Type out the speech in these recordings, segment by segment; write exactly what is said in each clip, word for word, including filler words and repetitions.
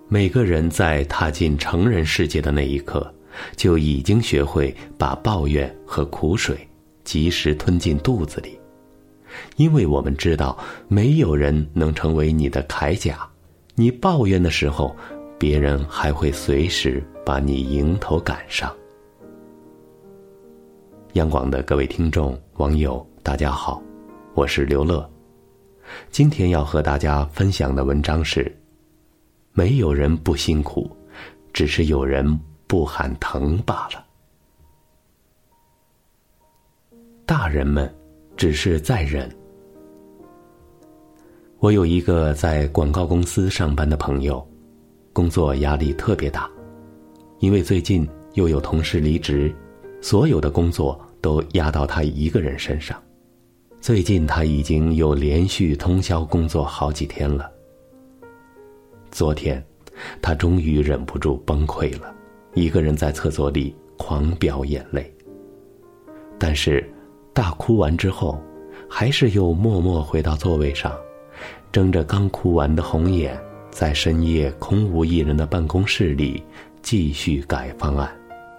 每个人在踏进成人世界的那一刻，就已经学会把抱怨和苦水及时吞进肚子里，因为我们知道没有人能成为你的铠甲，你抱怨的时候，别人还会随时把你迎头赶上。央广的各位听众网友大家好，我是刘乐。今天要和大家分享的文章是：没有人不辛苦，只是有人不喊疼罢了。大人们只是在忍。我有一个在广告公司上班的朋友，工作压力特别大，因为最近又有同事离职，所有的工作都压到他一个人身上。最近他已经有连续通宵工作好几天了。昨天他终于忍不住崩溃了，一个人在厕所里狂飙眼泪。但是大哭完之后，还是又默默回到座位上，睁着刚哭完的红眼，在深夜空无一人的办公室里继续改方案。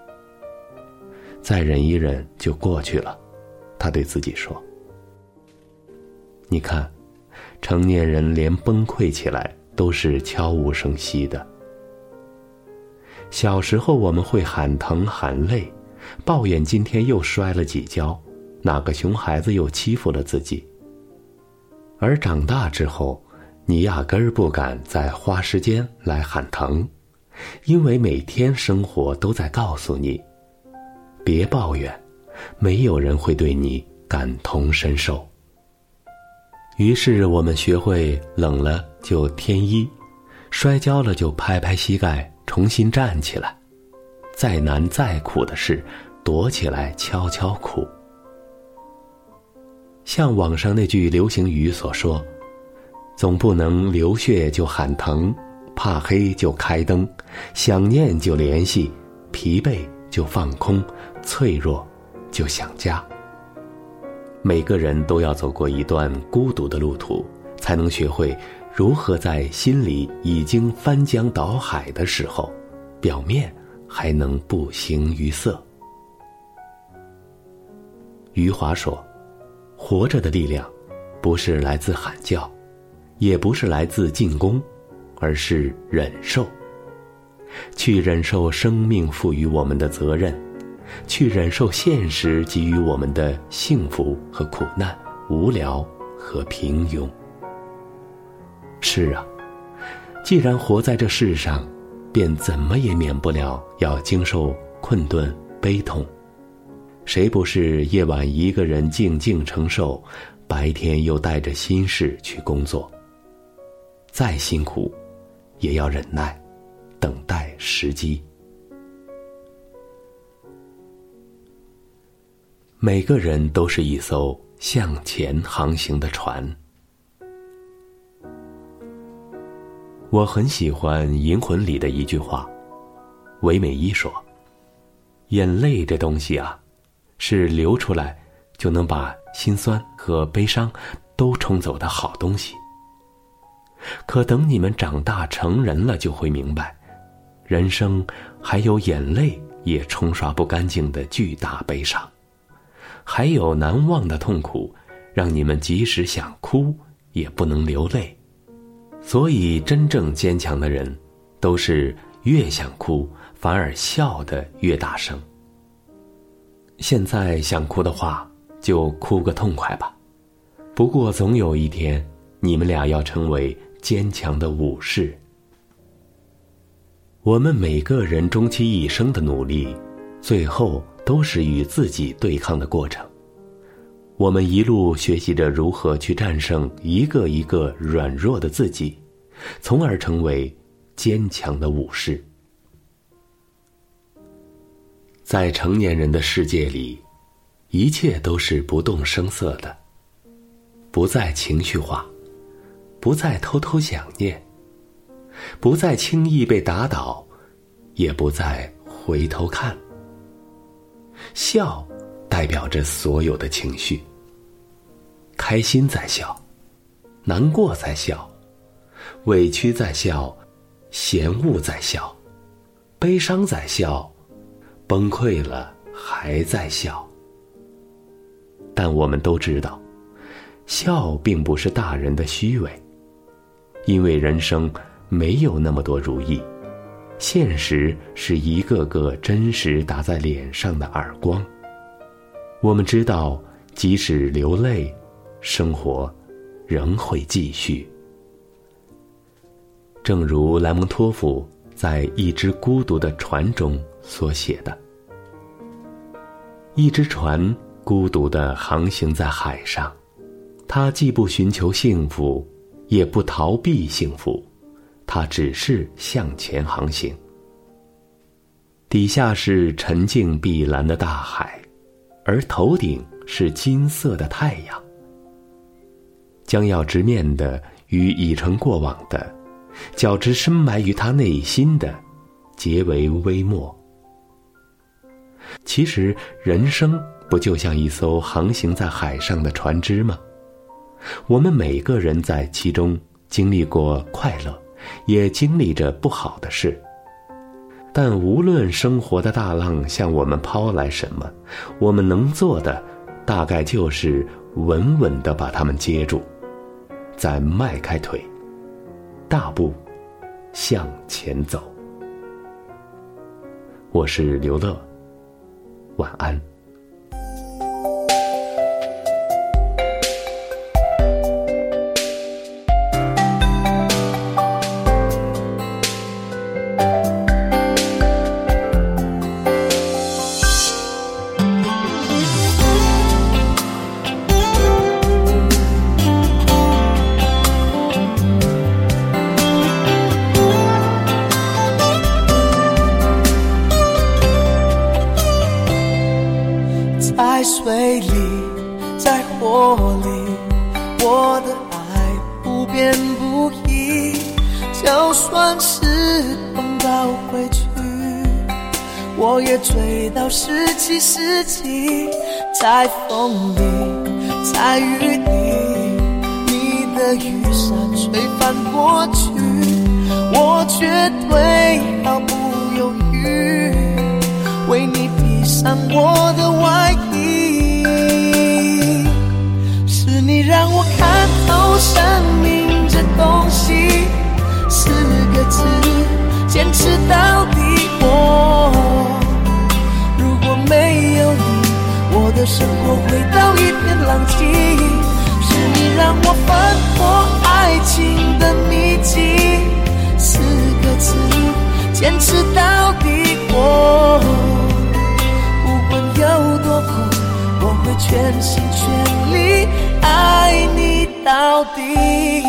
再忍一忍就过去了，他对自己说。你看，成年人连崩溃起来都是悄无声息的。小时候我们会喊疼喊累，抱怨今天又摔了几跤，哪个熊孩子又欺负了自己。而长大之后，你压根儿不敢再花时间来喊疼，因为每天生活都在告诉你，别抱怨，没有人会对你感同身受。于是我们学会冷了就添衣，摔跤了就拍拍膝盖重新站起来，再难再苦的事躲起来悄悄哭。像网上那句流行语所说，总不能流血就喊疼，怕黑就开灯，想念就联系，疲惫就放空，脆弱就想家。每个人都要走过一段孤独的路途，才能学会如何在心里已经翻江倒海的时候，表面还能不形于色。余华说，活着的力量不是来自喊叫，也不是来自进攻，而是忍受。去忍受生命赋予我们的责任，去忍受现实给予我们的幸福和苦难，无聊和平庸。是啊，既然活在这世上，便怎么也免不了要经受困顿悲痛。谁不是夜晚一个人静静承受，白天又带着心事去工作？再辛苦也要忍耐，等待时机。每个人都是一艘向前航行的船。我很喜欢《银魂》里的一句话，韦美一说，眼泪这东西啊，是流出来就能把心酸和悲伤都冲走的好东西。可等你们长大成人了，就会明白，人生还有眼泪也冲刷不干净的巨大悲伤，还有难忘的痛苦，让你们即使想哭也不能流泪。所以真正坚强的人，都是越想哭反而笑得越大声。现在想哭的话，就哭个痛快吧。不过总有一天，你们俩要成为坚强的武士。我们每个人终其一生的努力，最后都是与自己对抗的过程。我们一路学习着如何去战胜一个一个软弱的自己，从而成为坚强的武士。在成年人的世界里，一切都是不动声色的，不再情绪化，不再偷偷想念，不再轻易被打倒，也不再回头看。笑代表着所有的情绪，开心在笑，难过在笑，委屈在笑， 嫌恶在笑，悲伤在笑，崩溃了还在笑。但我们都知道，笑并不是大人的虚伪，因为人生没有那么多如意，现实是一个个真实打在脸上的耳光。我们知道，即使流泪，生活仍会继续。正如莱蒙托夫在《一只孤独的船》中所写的，一只船孤独地航行在海上，它既不寻求幸福，也不逃避幸福，它只是向前航行。底下是沉静碧蓝的大海，而头顶是金色的太阳。将要直面的与已成过往的，较之深埋于他内心的，皆为微末。其实人生不就像一艘航行在海上的船只吗？我们每个人在其中经历过快乐，也经历着不好的事。但无论生活的大浪向我们抛来什么，我们能做的大概就是稳稳地把它们接住，再迈开腿，大步向前走。我是刘乐，晚安。 在水里，在火里，我的爱不变不移。就算是碰到回去，我也追到十七世纪。在风里，在雨里，你的雨伞吹翻过去，我绝对毫不犹豫为你披上我的外衣。是你让我看透生命这东西，四个字，坚持到底。我如果没有你，我的生活回到一片狼藉。是你让我翻破爱情的秘籍，四个字，坚持到底。我不管有多苦，我会全心全力爱你到底。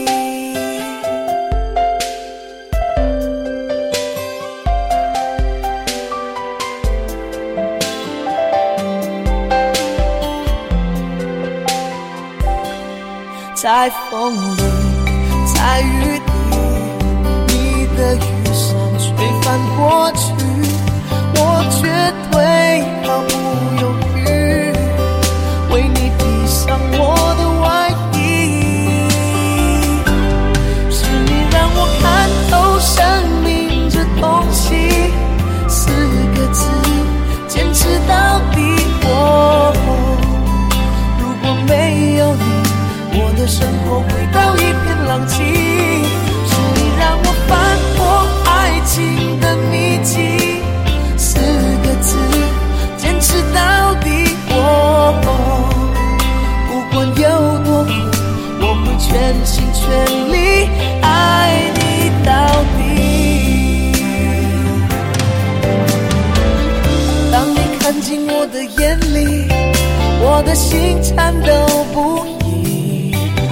在风里，在雨里，你的雨伞吹翻过去，我绝对毫不犹豫为你披上我的外衣。是你让我看透生命这东西，四个字，坚持到底。我如果没有你，我的生活回到一片狼藉。是你让我翻破爱情的秘籍，四个字，坚持到底。我不管有多苦，我会全心全力爱你到底。当你看进我的眼里，我的心颤抖不已，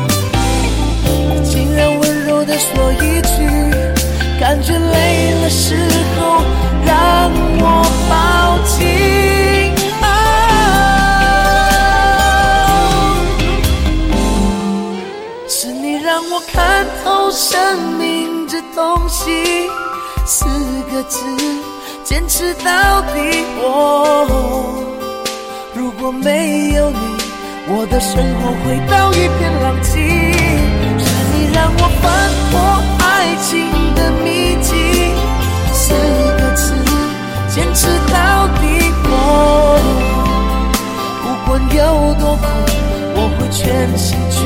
竟然温柔地说一句，感觉累了时候让我抱紧。啊，是你让我看透生命这东西，四个字，坚持到底。我如果没有你，我的生活回到一片狼藉。是你让我翻破爱情的谜演戏剧。